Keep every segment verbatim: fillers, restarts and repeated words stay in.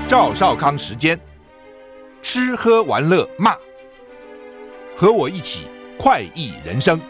赵少康时间，吃喝玩乐骂，和我一起快意人生。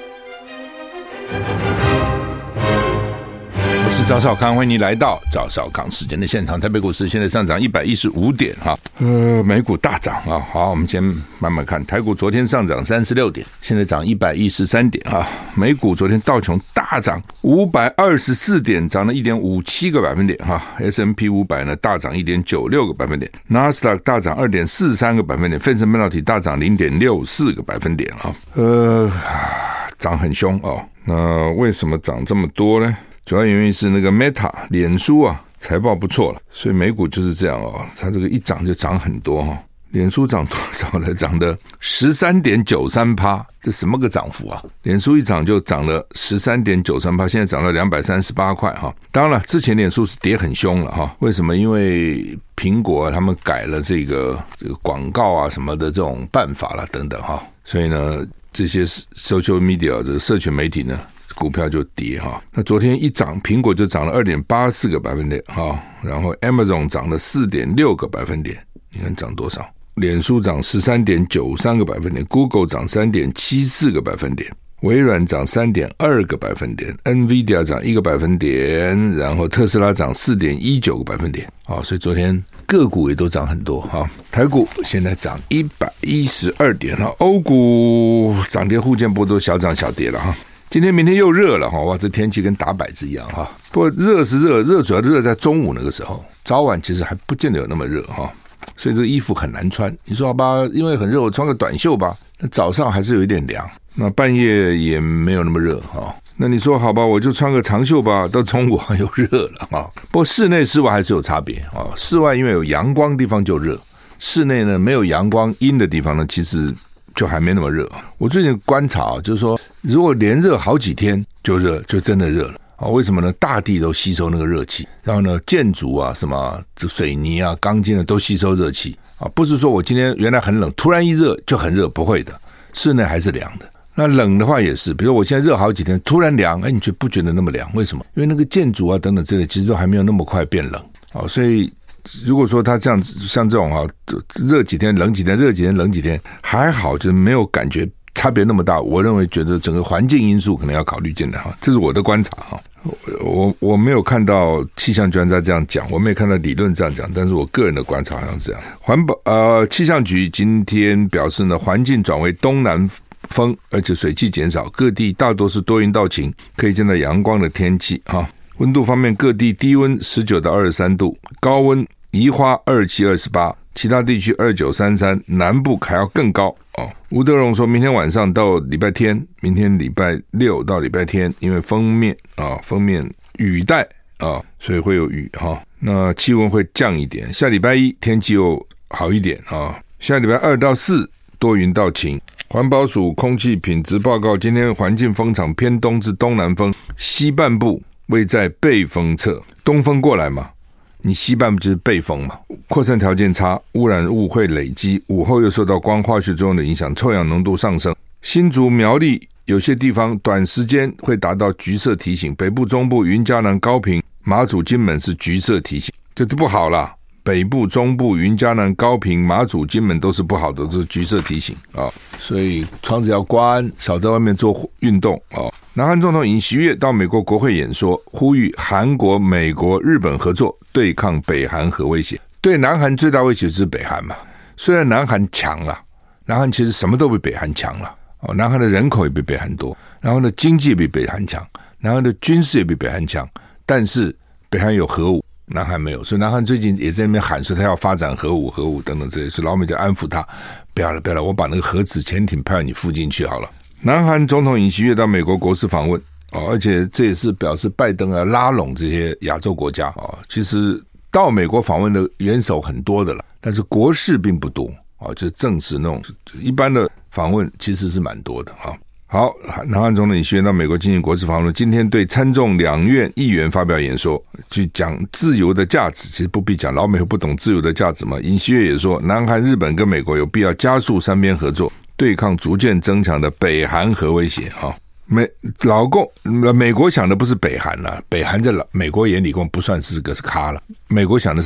我是赵少康，欢迎你来到赵少康时间的现场。台北股市现在上涨一百一十五点哈，呃，美股大涨啊。好，我们先慢慢看，台股昨天上涨三十六点，现在涨一百一十三点啊。美股昨天道琼大涨五百二十四点，涨了一点五七个百分点哈。S and P 五百呢大涨一点九六个百分点，纳斯达克大涨二点四三个百分点，费城半导体大涨零点六四个百分点啊。呃，涨很凶哦。那为什么涨这么多呢？主要原因是那个 Meta 脸书啊财报不错了，所以美股就是这样哦，它这个一涨就涨很多哈、哦。脸书涨多少呢？涨的 百分之十三点九三， 这什么个涨幅啊？脸书一涨就涨了 百分之十三点九三， 现在涨到两百三十八块哈。当然了，之前脸书是跌很凶了哈。为什么？因为苹果他们改了这个这个广告啊什么的这种办法啦等等哈，所以呢，这些 social media 这个社群媒体呢，股票就跌哈。那昨天一涨，苹果就涨了 二点八四个百分点哈，然后 Amazon 涨了 四点六个百分点，你看涨多少？脸书涨 十三点九三个百分点， Google 涨 三点七四个百分点，微软涨 三点二个百分点， Nvidia 涨一个百分点，然后特斯拉涨 四点一九个百分点。好，所以昨天个股也都涨很多哈。台股现在涨一百一十二点哈，欧股涨跌互见，不过都小涨小跌了哈。今天明天又热了哈，哇，这天气跟打摆子一样哈。不过热是热，热主要热在中午那个时候，早晚其实还不见得有那么热哈。所以这个衣服很难穿，你说好吧，因为很热我穿个短袖吧，那早上还是有一点凉，那半夜也没有那么热哈。那你说好吧，我就穿个长袖吧，到中午又热了哈。不过室内室外还是有差别啊，室外因为有阳光的地方就热，室内呢没有阳光阴的地方呢，其实就还没那么热。我最近观察就是说，如果连热好几天就热，就真的热了。啊，为什么呢？大地都吸收那个热气，然后呢，建筑啊、什么水泥啊、钢筋啊都吸收热气啊，不是说我今天原来很冷，突然一热就很热，不会的，室内还是凉的。那冷的话也是，比如我现在热好几天，突然凉，哎，你就不觉得那么凉？为什么？因为那个建筑啊等等之类，其实都还没有那么快变冷啊，所以如果说它这样像这种啊，热几天冷几天，热几天冷几天，还好，就是没有感觉差别那么大。我认为觉得整个环境因素可能要考虑进来哈，这是我的观察哈。我我没有看到气象专家这样讲，我没有看到理论这样讲，但是我个人的观察好像是这样。环保呃气象局今天表示呢，环境转为东南风，而且水汽减少，各地大多是多云到晴，可以见到阳光的天气哈。温度方面，各地低温十九到二十三度，高温宜花二十七、二十八，其他地区二十九、三十三，南部还要更高哦。吴德荣说，明天晚上到礼拜天，明天礼拜六到礼拜天，因为锋面啊，锋面雨带啊，所以会有雨哈、哦。那气温会降一点。下礼拜一天气又好一点啊。下礼拜二到四多云到晴。环保署空气品质报告，今天环境风场偏东至东南风，西半部位在背风侧，东风过来嘛。你西半部就是背风嘛，扩散条件差，污染物会累积，午后又受到光化学作用的影响，臭氧浓度上升。新竹苗栗有些地方短时间会达到橘色提醒，北部中部云嘉南高屏马祖金门是橘色提醒，这就不好啦。北部中部云嘉南高屏马祖金门都是不好的，都是橘色提醒啊、哦，所以窗子要关，少在外面做运动啊、哦。南韩总统尹锡悦到美国国会演说，呼吁韩国、美国、日本合作对抗北韩核威胁。对南韩最大威胁就是北韩嘛，虽然南韩强了，南韩其实什么都比北韩强了哦，南韩的人口也比北韩多，然后呢经济也比北韩强，南韩的军事也比北韩强，但是北韩有核武。南韩没有，所以南韩最近也在那边喊说他要发展核武、核武等等这些，所以老美就安抚他，不要了，不要了，我把那个核子潜艇派到你附近去好了。南韩总统尹锡悦到美国国事访问、哦、而且这也是表示拜登要拉拢这些亚洲国家、哦、其实到美国访问的元首很多的了，但是国事并不多、哦、就是正式那种一般的访问其实是蛮多的、哦好，南韩总统尹锡悦到美国进行国事访问，今天对参众两院议员发表演说，去讲自由的价值。其实不必讲，老美不懂自由的价值嘛。尹锡悦也说，南韩、日本跟美国有必要加速三边合作，对抗逐渐增强的北韩核威胁。哈，美老共美国想的不是北韩了，北韩在美国眼里根本不算是个咖了，美国想的是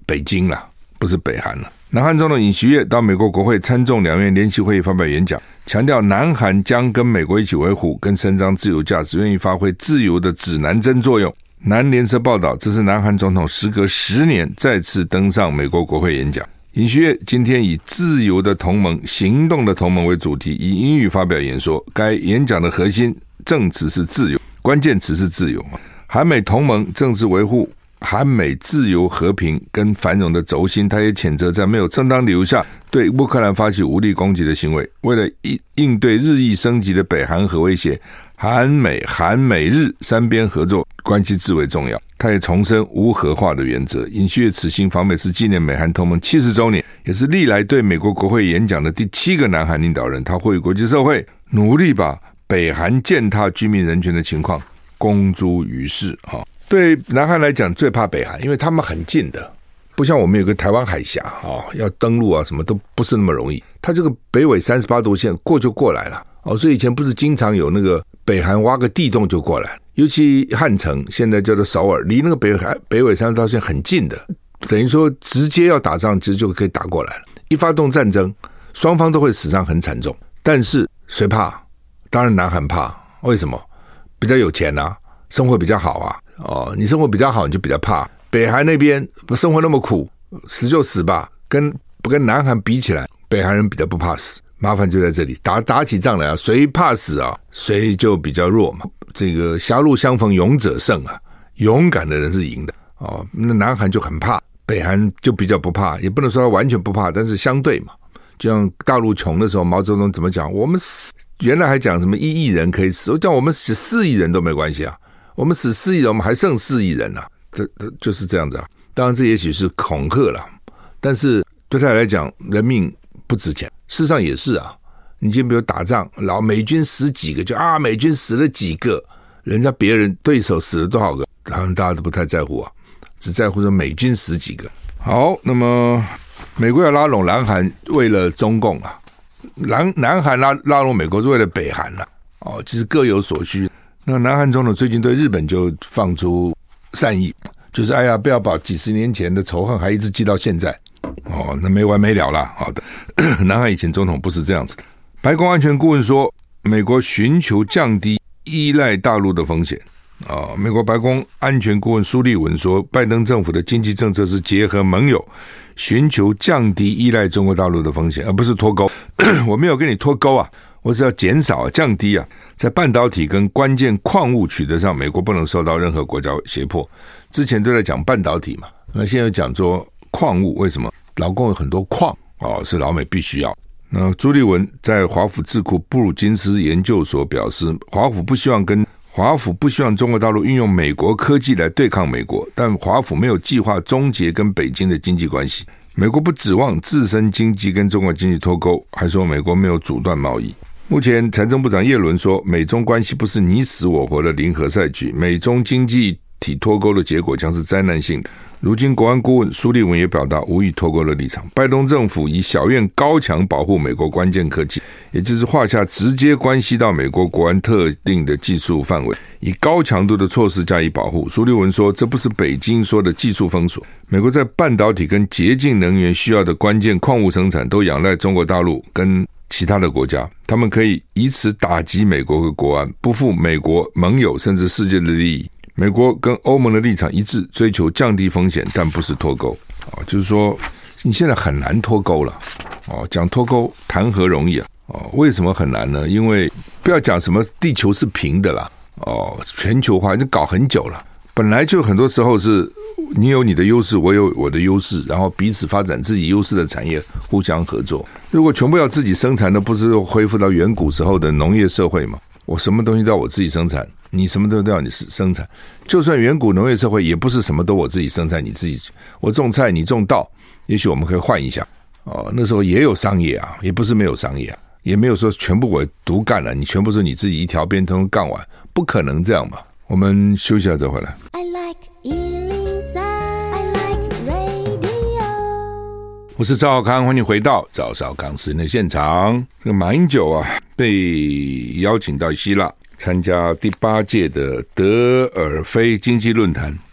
北京啦，不是北韩啦。南韩总统尹锡悦到美国国会参众两院联席会议发表演讲，强调南韩将跟美国一起维护跟伸张自由价值，愿意发挥自由的指南针作用。南联社报道，这是南韩总统时隔十年再次登上美国国会演讲。尹锡悦今天以自由的同盟、行动的同盟为主题，以英语发表演说。该演讲的核心正词是自由，关键词是自由。韩美同盟正是维护韩美自由、和平跟繁荣的轴心。他也谴责在没有正当理由下对乌克兰发起武力攻击的行为。为了应对日益升级的北韩核威胁，韩美、韩美日三边合作关系至为重要。他也重申无核化的原则。尹锡悦此行访美是纪念美韩同盟七十周年，也是历来对美国国会演讲的第七个南韩领导人。他呼吁国际社会努力把北韩践踏居民人权的情况公诸于世。对南韩来讲最怕北韩，因为他们很近的，不像我们有个台湾海峡，要登陆啊什么都不是那么容易。他这个北纬三十八度线过就过来了，所以以前不是经常有那个北韩挖个地洞就过来，尤其汉城现在叫做首尔，离那个北海北纬三十八度线很近的，等于说直接要打仗其实就可以打过来了。一发动战争，双方都会死伤很惨重，但是谁怕？当然南韩怕。为什么？比较有钱啊，生活比较好啊。哦，你生活比较好，你就比较怕。北韩那边生活那么苦，死就死吧。跟不跟南韩比起来，北韩人比较不怕死。麻烦就在这里，打打起仗来啊，谁怕死啊，谁就比较弱嘛。这个狭路相逢勇者胜啊，勇敢的人是赢的哦。那南韩就很怕，北韩就比较不怕，也不能说他完全不怕，但是相对嘛。就像大陆穷的时候，毛泽东怎么讲？我们死原来还讲什么一亿人可以死，我讲我们死四亿人都没关系啊。我们死四亿人，我们还剩四亿人啊，这这就是这样子啊。当然这也许是恐吓了，但是对他来讲，人命不值钱。事实上也是啊，你今天比如打仗，然后美军死几个就啊，美军死了几个，人家别人对手死了多少个，好像大家都不太在乎啊，只在乎说美军死几个。好，那么美国要拉拢南韩，为了中共啊，南南韩拉拉拢美国是为了北韩啊，哦，其实各有所需。那南韩总统最近对日本就放出善意，就是哎呀，不要把几十年前的仇恨还一直记到现在，哦，那没完没了了。好的，南韩以前总统不是这样子的。白宫安全顾问说，美国寻求降低依赖大陆的风险。啊，美国白宫安全顾问苏利文说，拜登政府的经济政策是结合盟友，寻求降低依赖中国大陆的风险，而不是脱钩。我没有跟你脱钩啊，我是要减少、降低啊，在半导体跟关键矿物取得上，美国不能受到任何国家胁迫。之前都在讲半导体嘛，那现在讲说矿物，为什么？老共有很多矿哦，是老美必须要。那朱立文在华府智库布鲁金斯研究所表示，华府不希望跟华府不希望中国大陆运用美国科技来对抗美国，但华府没有计划终结跟北京的经济关系。美国不指望自身经济跟中国经济脱钩，还说美国没有阻断贸易。目前财政部长耶伦说，美中关系不是你死我活的零和赛局，美中经济体脱钩的结果将是灾难性的。如今国安顾问苏利文也表达无意脱钩的立场。拜登政府以小院高墙保护美国关键科技，也就是划下直接关系到美国国安特定的技术范围，以高强度的措施加以保护。苏利文说，这不是北京说的技术封锁，美国在半导体跟洁净能源需要的关键矿物生产都仰赖中国大陆跟其他的国家，他们可以以此打击美国和国安，不负美国盟友甚至世界的利益。美国跟欧盟的立场一致，追求降低风险，但不是脱钩。哦，就是说你现在很难脱钩了。哦，讲脱钩谈何容易啊！哦，为什么很难呢？因为不要讲什么地球是平的啦，哦，全球化已经搞很久了。本来就很多时候是你有你的优势，我有我的优势，然后彼此发展自己优势的产业，互相合作。如果全部要自己生产的，不是恢复到远古时候的农业社会吗？我什么东西都要我自己生产，你什么东西都要你生产。就算远古农业社会，也不是什么都我自己生产，你自己我种菜你种稻，也许我们可以换一下。哦，那时候也有商业啊，也不是没有商业啊，也没有说全部我独干了，你全部是你自己一条边通干完，不可能这样嘛。我们休息一下再回来。I like 一零三 I like radio。 我是赵少康，欢迎回到赵少康时间的现场。这个马英九啊，被邀请到希腊参加第八届的德尔菲经济论坛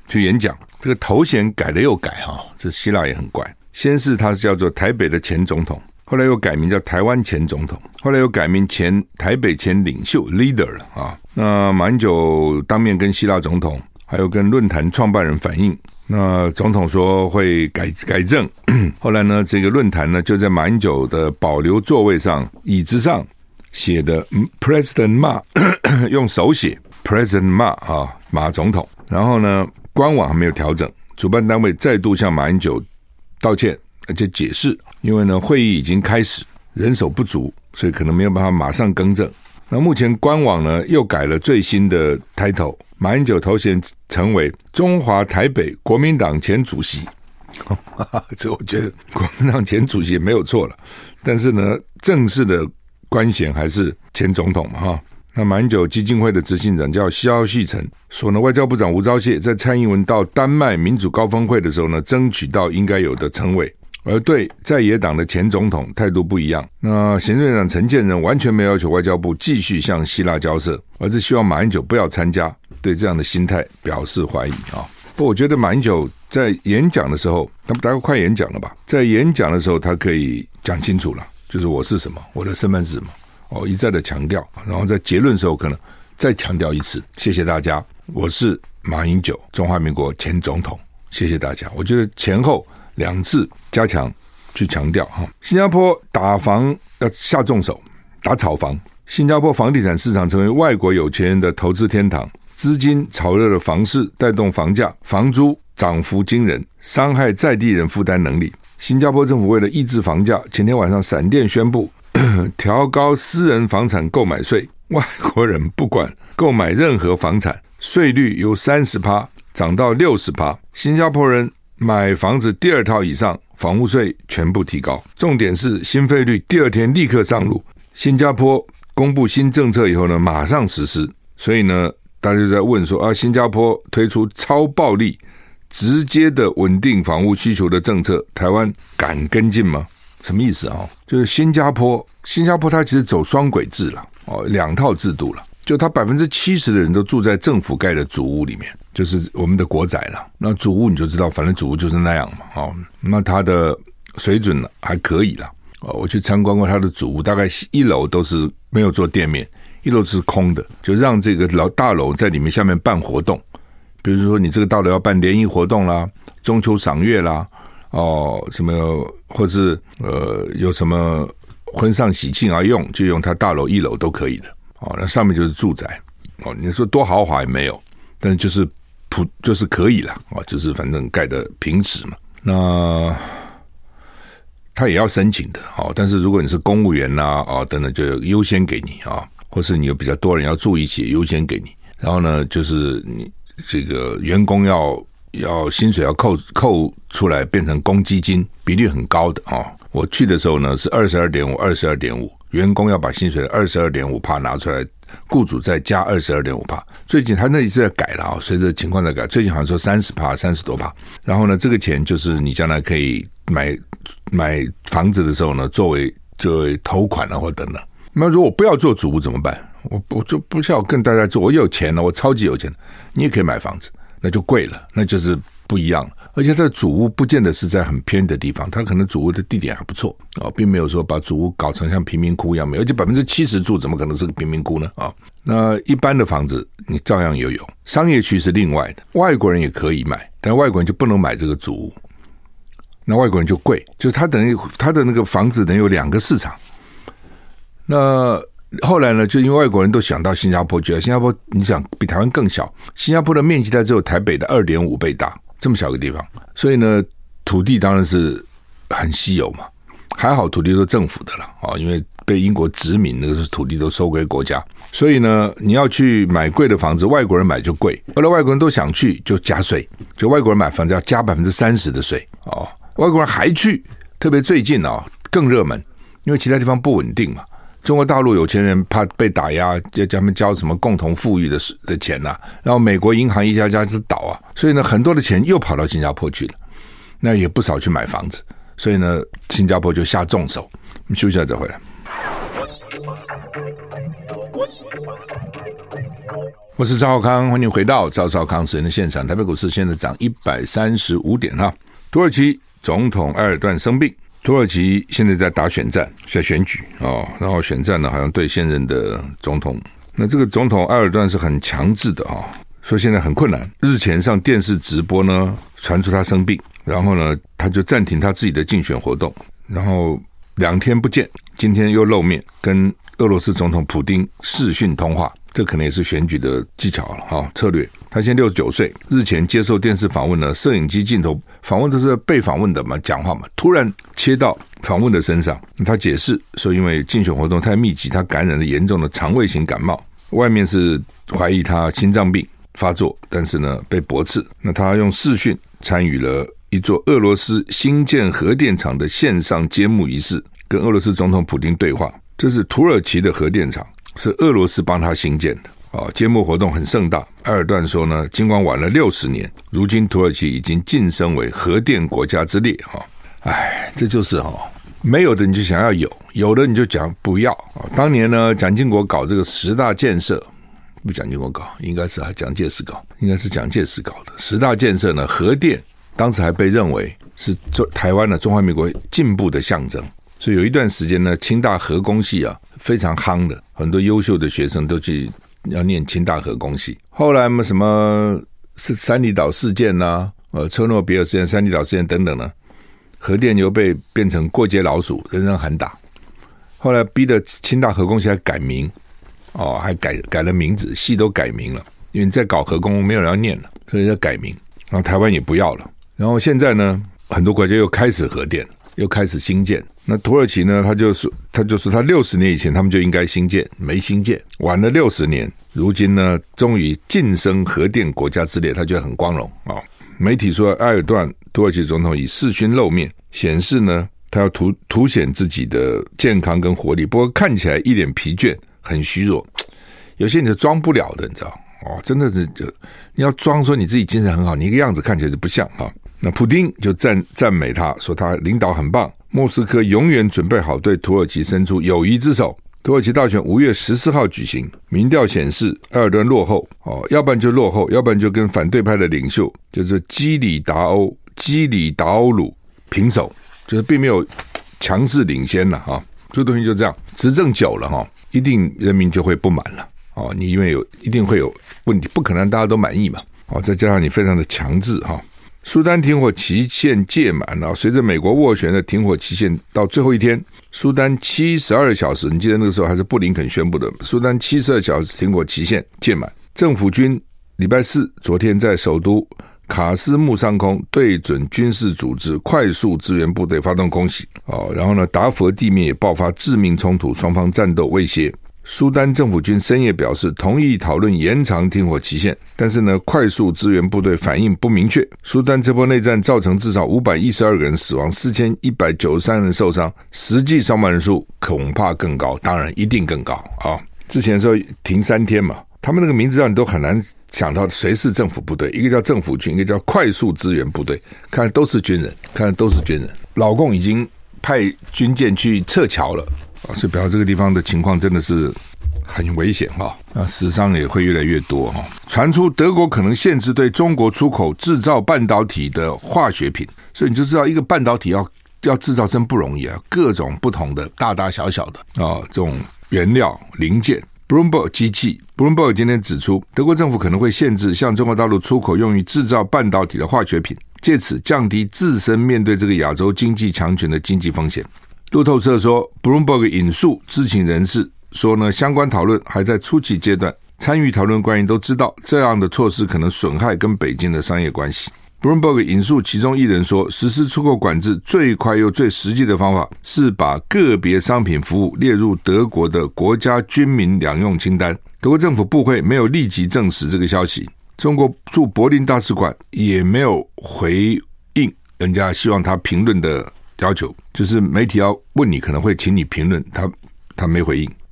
去演讲，这个头衔改了又改哈，这希腊也很怪。先是他叫做台北的前总统，后来又改名叫台湾前总统，后来又改名前台北前领袖 leader 了啊。那马英九当面跟希腊总统还有跟论坛创办人反映，那总统说会改改正。后来呢，这个论坛呢就在马英九的保留座位上椅子上写的 President Ma 用手写 President Ma 啊，马总统。然后呢，官网还没有调整，主办单位再度向马英九道歉，而且解释，因为呢会议已经开始，人手不足，所以可能没有办法马上更正。那目前官网呢又改了最新的 title， 马英九头衔成为中华台北国民党前主席。这我觉得国民党前主席也没有错了，但是呢正式的官衔还是前总统嘛哈。那马英九基金会的执行长叫萧旭成说呢，外交部长吴钊燮在蔡英文到丹麦民主高峰会的时候呢，争取到应该有的称谓，而对在野党的前总统态度不一样。那行政院长陈建仁完全没有要求外交部继续向希腊交涉，而是希望马英九不要参加，对这样的心态表示怀疑啊。不过我觉得马英九在演讲的时候，他大概快演讲了吧，在演讲的时候他可以讲清楚了，就是我是什么，我的身份是什么。哦，一再的强调，然后在结论的时候可能再强调一次，谢谢大家，我是马英九，中华民国前总统，谢谢大家。我觉得前后两次加强去强调哈。新加坡打房要下重手，打炒房。新加坡房地产市场成为外国有钱人的投资天堂，资金炒热了房市，带动房价、房租涨幅惊人，伤害在地人负担能力。新加坡政府为了抑制房价，前天晚上闪电宣布调高私人房产购买税，外国人不管购买任何房产，税率由 百分之三十 涨到 百分之六十。 新加坡人买房子第二套以上，房屋税全部提高。重点是新费率第二天立刻上路，新加坡公布新政策以后呢，马上实施。所以呢，大家就在问说啊，新加坡推出超暴力直接的稳定房屋需求的政策，台湾敢跟进吗？什么意思啊？就是新加坡，新加坡它其实走双轨制了，哦，两套制度了。就它百分之七十的人都住在政府盖的祖屋里面，就是我们的国宅了。那祖屋你就知道，反正祖屋就是那样嘛，哦，那它的水准还可以了。哦，我去参观过它的祖屋，大概一楼都是没有做店面，一楼是空的，就让这个老大楼在里面下面办活动，比如说你这个大楼要办联谊活动啦，中秋赏月啦。哦，什么，或是呃，有什么婚丧喜庆要用，就用它大楼一楼都可以的。哦，那上面就是住宅。哦，你说多豪华也没有，但是就是普就是可以啦。哦，就是反正盖的平实嘛。那他也要申请的。哦，但是如果你是公务员啦，哦等等，就优先给你啊，或是你有比较多人要住一起，优先给你。然后呢，就是你这个员工要。要薪水要扣扣出来变成公积金，比率很高的哦。我去的时候呢是 二十二点五 二十二点五， 员工要把薪水的 二十二点五 拿出来，雇主再加 二十二点五。 最近他那里是在改了啊，随着情况在改，最近好像说 三十 三十多%。然后呢这个钱就是你将来可以买买房子的时候呢作为作为头款啊或等等。那如果不要做主屋怎么办？我我就不需要跟大家做，我有钱了，我超级有钱，你也可以买房子，那就贵了，那就是不一样了。而且它的主屋不见得是在很偏的地方，它可能主屋的地点还不错啊，并没有说把主屋搞成像贫民窟一样，而且 百分之七十 住怎么可能是个贫民窟呢啊？那一般的房子你照样也有，商业区是另外的，外国人也可以买，但外国人就不能买这个主屋，那外国人就贵，就是他等于他的那个房子等于有两个市场。那后来呢，就因为外国人都想到新加坡去了，新加坡你想比台湾更小，新加坡的面积它只有台北的 二点五 倍大，这么小个地方，所以呢土地当然是很稀有嘛。还好土地都是政府的了啊，因为被英国殖民，那个是土地都收归国家，所以呢你要去买贵的房子，外国人买就贵，后来外国人都想去就加税，就外国人买房子要加 百分之三十 的税啊，外国人还去，特别最近啊更热门，因为其他地方不稳定嘛。中国大陆有钱人怕被打压，要叫他们交什么共同富裕的的钱啊，然后美国银行一家家就倒啊，所以呢很多的钱又跑到新加坡去了，那也不少去买房子，所以呢新加坡就下重手。我们休息一下再回来。 我是赵少康，欢迎回到赵少康时间的现场。台北股市现在涨一百三十五点哈。土耳其总统埃尔段生病，土耳其现在在打选战，在选举哦，然后选战呢好像对现任的总统，那这个总统埃尔段是很强制的啊，所以现在很困难。日前上电视直播呢，传出他生病，然后呢他就暂停他自己的竞选活动，然后两天不见，今天又露面跟俄罗斯总统普丁视讯通话，这可能也是选举的技巧了哈，策略。他现在六十九岁，日前接受电视访问呢，摄影机镜头访问都是被访问的嘛，讲话嘛，突然切到访问的身上，他解释说，因为竞选活动太密集，他感染了严重的肠胃型感冒，外面是怀疑他心脏病发作，但是呢被驳斥。那他用视讯参与了一座俄罗斯新建核电厂的线上揭幕仪式，跟俄罗斯总统普丁对话。这是土耳其的核电厂，是俄罗斯帮他兴建的。哦，揭幕活动很盛大。埃尔段说呢，尽管晚了六十年，如今土耳其已经晋升为核电国家之列。哈、哦，哎，这就是哦，没有的你就想要有，有的你就讲不要。哦、当年呢，蒋经国搞这个十大建设，不蒋经国搞，应该是蒋介石搞，应该是蒋介石搞的十大建设呢，核电当时还被认为是台湾的中华民国进步的象征。所以有一段时间呢，清大核工系啊非常夯的，很多优秀的学生都去要念清大核工系。后来什么三里岛事件啊，呃，车诺比尔事件、三里岛事件等等呢，核电又被变成过街老鼠，人人喊打。后来逼得清大核工系还改名，哦，还改改了名字，系都改名了，因为你在搞核工没有人要念了，所以要改名。然后台湾也不要了。然后现在呢，很多国家又开始核电，又开始兴建。那土耳其呢，他就说他就说他六十年以前他们就应该兴建，没兴建，晚了六十年，如今呢终于晋升核电国家之列，他觉得很光荣啊、哦。媒体说埃尔段土耳其总统以视讯露面，显示呢他要凸凸显自己的健康跟活力，不过看起来一脸疲倦，很虚弱。有些你是装不了的，你知道哦，真的是就你要装说你自己精神很好，你一个样子看起来就不像哈、哦。那普丁就赞赞美他，说他领导很棒，莫斯科永远准备好对土耳其伸出友谊之手。土耳其大选五月十四号举行，民调显示埃尔段落后，哦，要不然就落后，要不然就跟反对派的领袖就是基里达欧基里达欧鲁平手，就是并没有强势领先了哈。这东西就这样，执政久了哈，一定人民就会不满了哦。你因为有一定会有问题，不可能大家都满意嘛。哦，再加上你非常的强制哈。苏丹停火期限届满了，随着美国斡旋的停火期限到最后一天，苏丹七十二小时，你记得那个时候还是布林肯宣布的，苏丹七十二小时停火期限届满。政府军礼拜四昨天在首都卡斯木上空对准军事组织快速支援部队发动攻击、哦、然后呢，达佛地面也爆发致命冲突，双方战斗未歇。苏丹政府军深夜表示同意讨论延长停火期限，但是呢，快速支援部队反应不明确。苏丹这波内战造成至少五百一十二个人死亡，四千一百九十三人受伤，实际伤亡人数恐怕更高，当然一定更高啊！之前说停三天嘛，他们那个名字让你都很难想到谁是政府部队，一个叫政府军，一个叫快速支援部队，看来都是军人，看来都是军人。老共已经派军舰去撤侨了。啊，所以表示这个地方的情况真的是很危险哈，啊，死伤也会越来越多哈。传出德国可能限制对中国出口制造半导体的化学品，所以你就知道一个半导体要要制造真不容易啊，各种不同的大大小小的啊这种原料零件。Bloomberg 机器 Bloomberg 今天指出，德国政府可能会限制向中国大陆出口用于制造半导体的化学品，借此降低自身面对这个亚洲经济强权的经济风险。路透社说 Bloomberg 引述知情人士说呢，相关讨论还在初期阶段，参与讨论官员都知道这样的措施可能损害跟北京的商业关系。Bloomberg 引述其中一人说，实施出口管制最快又最实际的方法是把个别商品服务列入德国的国家军民两用清单。德国政府部会没有立即证实这个消息，中国驻柏林大使馆也没有回应人家希望他评论的要求，就是媒体要问你可能会请你评论，他他没回应。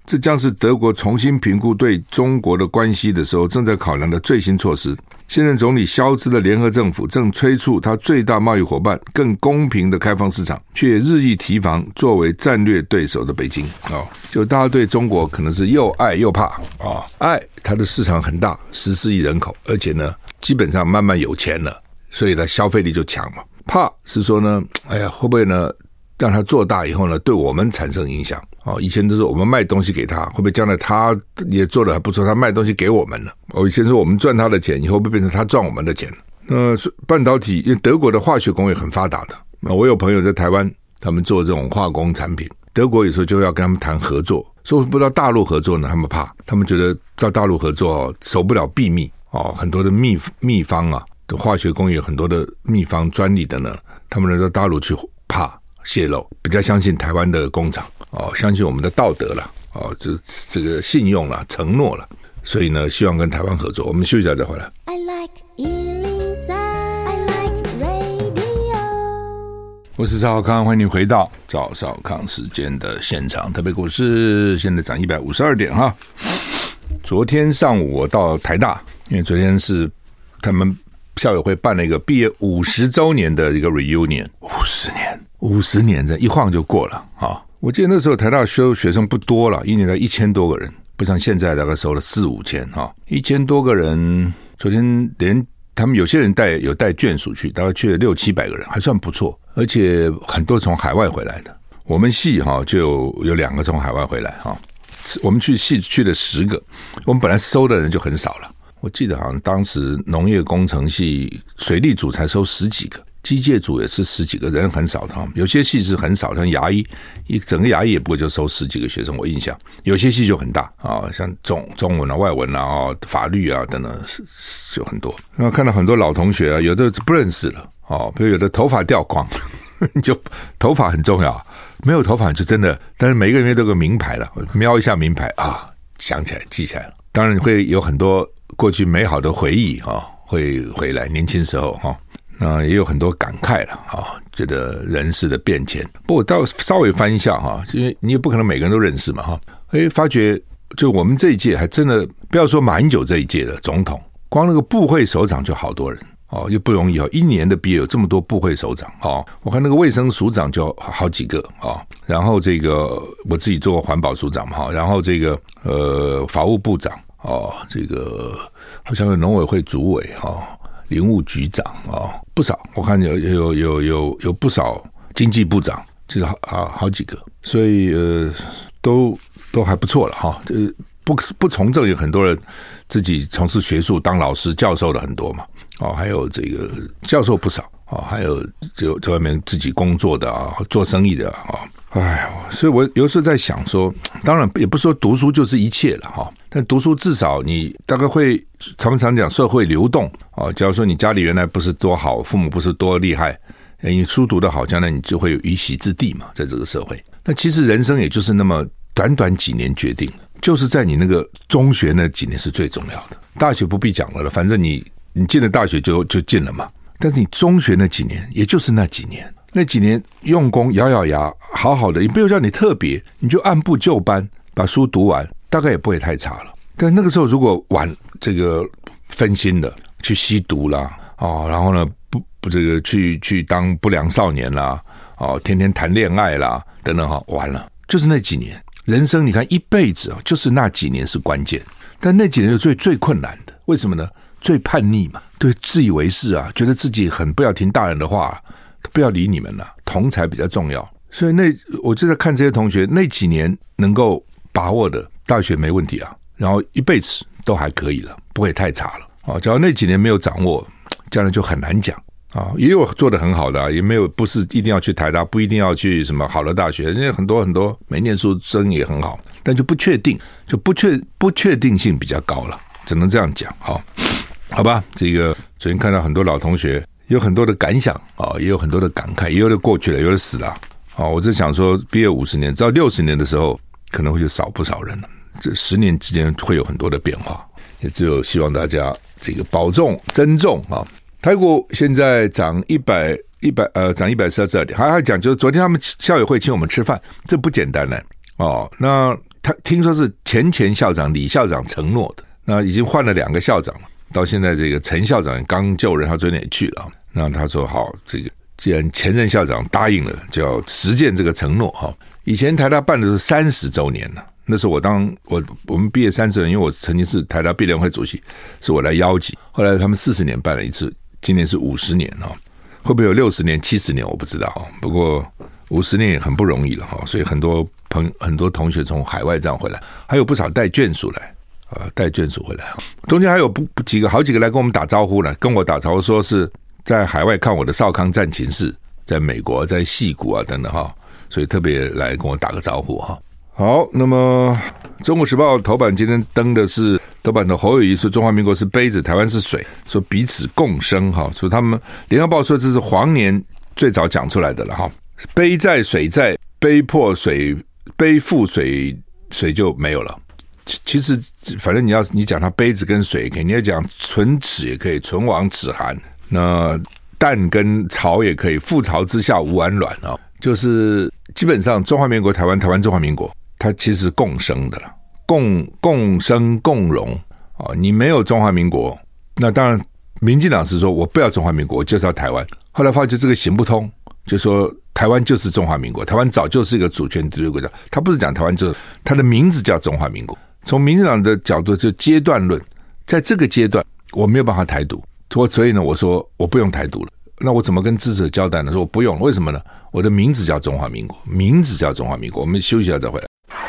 这将是德国重新评估对中国的关系的时候正在考量的最新措施。现任总理肖兹的联合政府正催促他最大贸易伙伴更公平的开放市场，却日益提防作为战略对手的北京。哦，就大家对中国可能是又爱又怕啊、哦。爱，它的市场很大，十四亿人口，而且呢，基本上慢慢有钱了，所以呢，消费力就强嘛。怕是说呢，哎呀，会不会呢，让它做大以后呢，对我们产生影响？哦，以前都是我们卖东西给他，会不会将来他也做得还不错，他卖东西给我们了？哦，以前是我们赚他的钱，以后会不会变成他赚我们的钱？那半导体，因为德国的化学工业很发达的，那我有朋友在台湾，他们做这种化工产品，德国有时候就要跟他们谈合作，说不到大陆合作呢，他们怕，他们觉得到大陆合作守不了秘密哦，很多的秘秘方啊，化学工业很多的秘方专利的呢，他们到大陆去怕泄露，比较相信台湾的工厂哦，相信我们的道德了哦，这这个信用了，承诺了，所以呢，希望跟台湾合作。我们休息一下再回来。I like 一零三 I like radio。我是赵少康，欢迎回到赵少康时间的现场。台北股市现在涨一百五十二点哈。昨天上午我到台大，因为昨天是他们校友会办了一个毕业五十周年的一个 reunion， 五十年。五十年这一晃就过了啊！我记得那时候台大收学生不多了，一年才一千多个人，不像现在大概收了四五千哈，一千多个人。昨天连他们有些人带有带眷属去，大概去了六七百个人，还算不错，而且很多从海外回来的。我们系哈就有两个从海外回来哈，我们去系去了十个，我们本来收的人就很少了。我记得好像当时农业工程系水利组才收十几个。机械组也是十几个人，很少的，有些系是很少，像牙医，一整个牙医也不过就收十几个学生，我印象。有些系就很大啊，像中中文啊、外文啊、法律啊等等，就很多。然后看到很多老同学啊，有的不认识了哦，比如有的头发掉光，就头发很重要，没有头发就真的，但是每个人都有个名牌了，瞄一下名牌啊，想起来记起来了。当然会有很多过去美好的回忆啊，会回来，年轻时候哈。那也有很多感慨了啊，觉得人事的变迁。不过我倒稍微翻一下哈，因为你也不可能每个人都认识嘛哈。哎，发觉就我们这一届还真的不要说马英九这一届的总统，光那个部会首长就好多人哦，又不容易哦。一年的毕业有这么多部会首长哦，我看那个卫生署长就好几个哦，然后这个我自己做过环保署长嘛，然后这个呃法务部长哦，这个好像有农委会主委哦。林务局长啊、哦，不少，我看有有有有有不少经济部长，就是好好好几个，所以呃，都都还不错了哈。呃，不不从政有很多人自己从事学术当老师、教授的很多嘛，哦，还有这个教授不少哦，还有就在外面自己工作的啊，做生意的啊。哎，所以我有时候在想说，当然也不是说读书就是一切了哈，但读书至少你大概会常常讲社会流动啊。假如说你家里原来不是多好，父母不是多厉害，你书读得好，将来你就会有一席之地嘛，在这个社会。但其实人生也就是那么短短几年决定，就是在你那个中学那几年是最重要的。大学不必讲了了，反正你你进了大学就就进了嘛。但是你中学那几年，也就是那几年。那几年用功咬咬牙好好的，也不用叫你特别，你就按部就班把书读完，大概也不会太差了。但那个时候如果晚这个分心了，去吸毒啦，哦，然后呢不不这个去去当不良少年啦，哦，天天谈恋爱啦等等哈，完了，就是那几年人生，你看一辈子啊，就是那几年是关键。但那几年是最最困难的，为什么呢？最叛逆嘛，对，自以为是啊，觉得自己很不要听大人的话。不要理你们了，同才比较重要。所以那我就在看这些同学那几年能够把握的，大学没问题啊，然后一辈子都还可以了，不会太差了啊。假如那几年没有掌握，将来就很难讲啊。也有做得很好的、啊，也没有不是一定要去台大，不一定要去什么好的大学，人家很多很多没念书生也很好，但就不确定，就不确不确定性比较高了，只能这样讲啊。好吧，这个昨天看到很多老同学。有很多的感想啊，也有很多的感慨，也有的过去了，有的死了啊。我只想说，毕业五十年到六十年的时候，可能会有少不少人了。这十年之间会有很多的变化，也只有希望大家这个保重、珍重啊。台股现在涨一百一百呃，涨一百四十二点，还还讲就是昨天他们校友会请我们吃饭，这不简单呢哦。那他听说是前前校长李校长承诺的，那已经换了两个校长了，到现在这个陈校长刚就任，他昨天也去了，那他说好，这个既然前任校长答应了，就要实践这个承诺哈。以前台大办的是三十周年了，那时候我当我我们毕业三十年，因为我曾经是台大毕联会主席，是我来邀集。后来他们四十年办了一次，今年是五十年哈，会不会有六十年、七十年我不知道哈。不过五十年也很不容易了哈，所以很多朋很多同学从海外这样回来，还有不少带眷属来啊，带眷属回来。中间还有不几个好几个来跟我们打招呼了，跟我打招呼说是在海外看我的少康战情室，在美国、在矽谷啊等等哈。所以特别来跟我打个招呼哈。好，那么《中国时报》头版今天登的是头版的侯友宜说中华民国是杯子，台湾是水，说彼此共生哈。说他们联合报说这是黄年最早讲出来的了哈。杯在水在，杯破水杯覆水水就没有了。其实反正你要你讲它杯子跟水也可以，你要讲唇齿也可以，唇亡齿寒。那蛋跟巢也可以，覆巢之下无完卵啊。就是基本上中华民国台湾台湾中华民国它其实共生的了，共共生共荣啊！你没有中华民国，那当然民进党是说我不要中华民国，我就是要台湾。后来发觉这个行不通，就说台湾就是中华民国，台湾早就是一个主权独立国家，他不是讲台湾就是它的名字叫中华民国。从民进党的角度就阶段论，在这个阶段我没有办法台独，所以呢我说我不用台独了。那我怎么跟支持者交代呢？说我不用，为什么呢？我的名字叫中华民国，名字叫中华民国。我们休息一下再回来。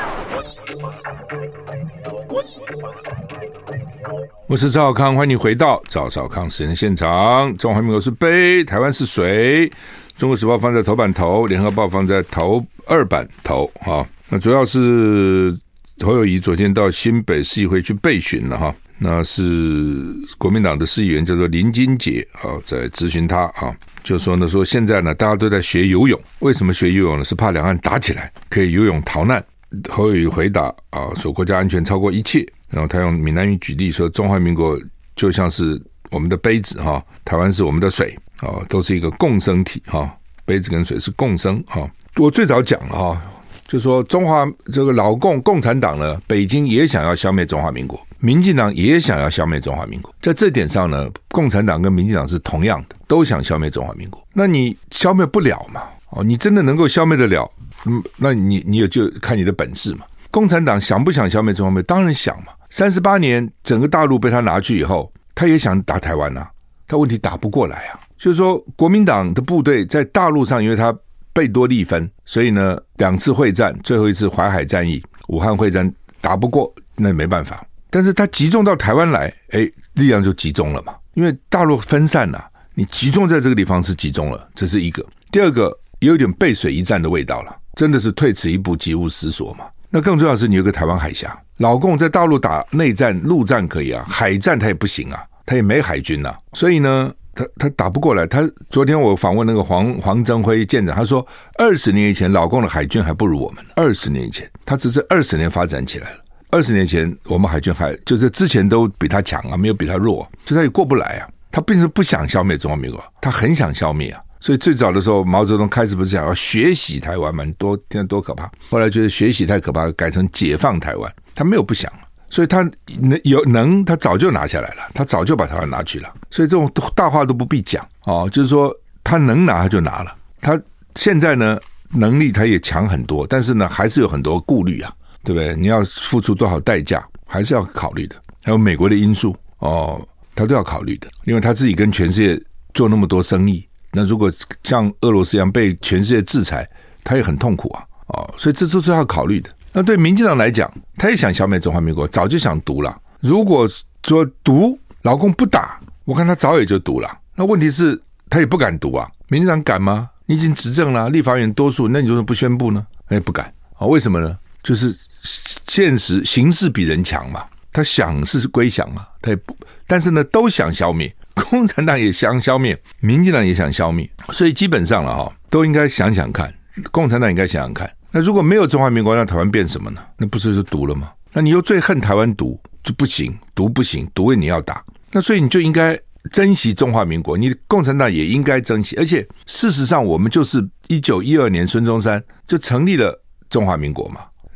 我是赵少康，欢迎回到赵少康时间现场。中华民国是杯，台湾是水。中国时报放在头版头，联合报放在头二版头哈。那主要是侯友宜昨天到新北市议会去备询了哈。那是国民党的市议员叫做林金杰啊，在咨询他啊，就说呢，说现在呢大家都在学游泳，为什么学游泳呢？是怕两岸打起来可以游泳逃难。侯友宜回答啊，说国家安全超过一切，然后他用闽南语举例说，中华民国就像是我们的杯子哈，台湾是我们的水啊，都是一个共生体哈，杯子跟水是共生哈。我最早讲了哈，就说中华这个老共共产党呢，北京也想要消灭中华民国。民进党也想要消灭中华民国，在这点上呢，共产党跟民进党是同样的，都想消灭中华民国。那你消灭不了嘛？哦，你真的能够消灭得了？嗯，那你你也就看你的本事嘛。共产党想不想消灭中华民国？当然想嘛。三十八年整个大陆被他拿去以后，他也想打台湾啊，他问题打不过来啊。就是说，国民党的部队在大陆上，因为他贝多利分，所以呢，两次会战，最后一次淮海战役、武汉会战打不过，那没办法。但是他集中到台湾来，哎，力量就集中了嘛。因为大陆分散了、啊，你集中在这个地方是集中了，这是一个。第二个，也有点背水一战的味道了，真的是退此一步，急无死所嘛。那更重要的是，你有个台湾海峡，老共在大陆打内战、陆战可以啊，海战他也不行啊，他也没海军啊，所以呢，他他打不过来。他昨天我访问那个黄黄征辉舰长，他说，二十年以前老共的海军还不如我们，二十年以前，他只是二十年发展起来了。二十年前，我们海军还就是之前都比他强啊，没有比他弱、啊，所以他也过不来啊。他并不是不想消灭中华民国，他很想消灭啊。所以最早的时候，毛泽东开始不是想要学习台湾嘛，多现在多可怕。后来觉得学习太可怕，改成解放台湾。他没有不想，所以他有能，他早就拿下来了，他早就把台湾拿去了。所以这种大话都不必讲哦，就是说他能拿他就拿了。他现在呢能力他也强很多，但是呢还是有很多顾虑啊。对不对？你要付出多少代价，还是要考虑的。还有美国的因素哦，他都要考虑的。因为他自己跟全世界做那么多生意，那如果像俄罗斯一样被全世界制裁，他也很痛苦啊。哦，所以这都是要考虑的。那对民进党来讲，他也想消灭中华民国，早就想独了。如果说独，老共不打，我看他早也就独了。那问题是，他也不敢独啊。民进党敢吗？你已经执政了，立法院多数，那你为什么不宣布呢？哎，不敢啊、哦？为什么呢？就是现实形势比人强嘛，他想是归想嘛，他也不，但是呢都想消灭，共产党也想消灭，民进党也想消灭，所以基本上了哈，都应该想想看，共产党应该想想看，那如果没有中华民国，那台湾变什么呢？那不是就独了吗？那你又最恨台湾独就不行，独不行，独你要打，那所以你就应该珍惜中华民国，你共产党也应该珍惜，而且事实上我们就是一九一二年孙中山就成立了中华民国嘛。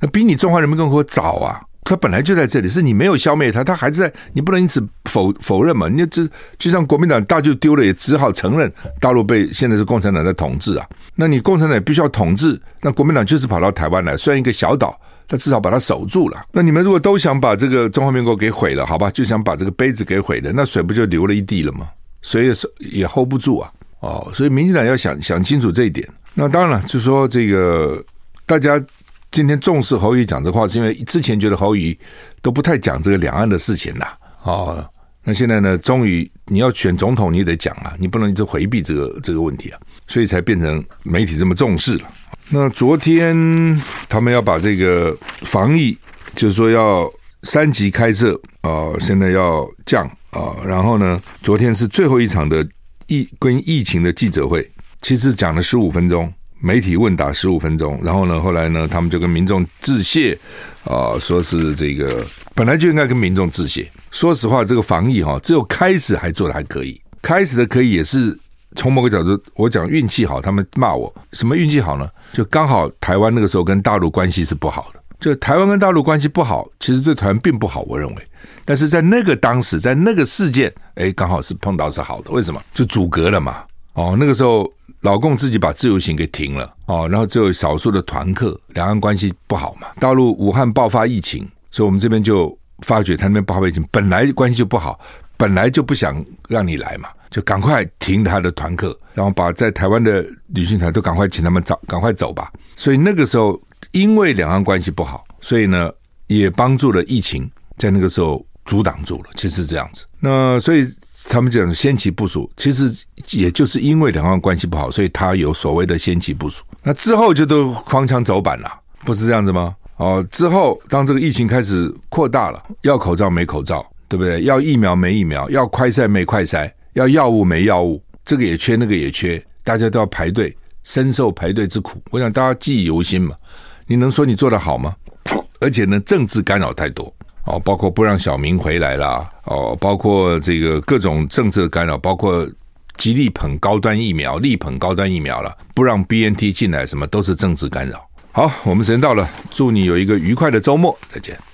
那比你中华人民共和国早啊，它本来就在这里，是你没有消灭它，它还是在，你不能因此否否认嘛。你就就像国民党大就丢了，也只好承认大陆被现在是共产党在统治啊。那你共产党也必须要统治，那国民党就是跑到台湾来，虽然一个小岛，但至少把它守住了。那你们如果都想把这个中华民国给毁了，好吧，就想把这个杯子给毁了，那水不就流了一地了吗？水也也 hold 不住啊。哦，所以民进党要想想清楚这一点。那当然了，就是说这个大家今天重视侯友宜讲这话，是因为之前觉得侯友宜都不太讲这个两岸的事情啦。哦，那现在呢，终于你要选总统，你也得讲啊，你不能一直回避这个这个问题啊，所以才变成媒体这么重视了。那昨天他们要把这个防疫，就是说要三级开设啊、呃，现在要降啊、呃，然后呢，昨天是最后一场的疫跟疫情的记者会，其实讲了十五分钟。媒体问答十五分钟，然后呢，后来呢，他们就跟民众致谢啊、呃，说是这个本来就应该跟民众致谢。说实话，这个防疫哈，只有开始还做的还可以，开始的可以也是从某个角度，我讲运气好，他们骂我什么运气好呢？就刚好台湾那个时候跟大陆关系是不好的，就台湾跟大陆关系不好，其实对台湾并不好，我认为。但是在那个当时，在那个事件，哎，刚好是碰到是好的，为什么？就阻隔了嘛。哦，那个时候老共自己把自由行给停了哦，然后只有少数的团客，两岸关系不好嘛。大陆武汉爆发疫情，所以我们这边就发觉他那边爆发疫情，本来关系就不好，本来就不想让你来嘛，就赶快停他的团客，然后把在台湾的旅行团都赶快请他们走，赶快走吧。所以那个时候因为两岸关系不好，所以呢也帮助了疫情在那个时候阻挡住了，其实是这样子。那所以他们讲先期部署，其实也就是因为两岸关系不好，所以他有所谓的先期部署。那之后就都荒腔走板了，不是这样子吗？哦，之后当这个疫情开始扩大了，要口罩没口罩，对不对？要疫苗没疫苗，要快筛没快筛，要药物没药物，这个也缺那个也缺，大家都要排队，深受排队之苦。我想大家记忆犹新嘛。你能说你做得好吗？而且呢，政治干扰太多。哦，包括不让小民回来啦，哦，包括这个各种政治的干扰，包括极力捧高端疫苗，力捧高端疫苗了，不让 B N T 进来，什么都是政治干扰。好，我们时间到了，祝你有一个愉快的周末，再见。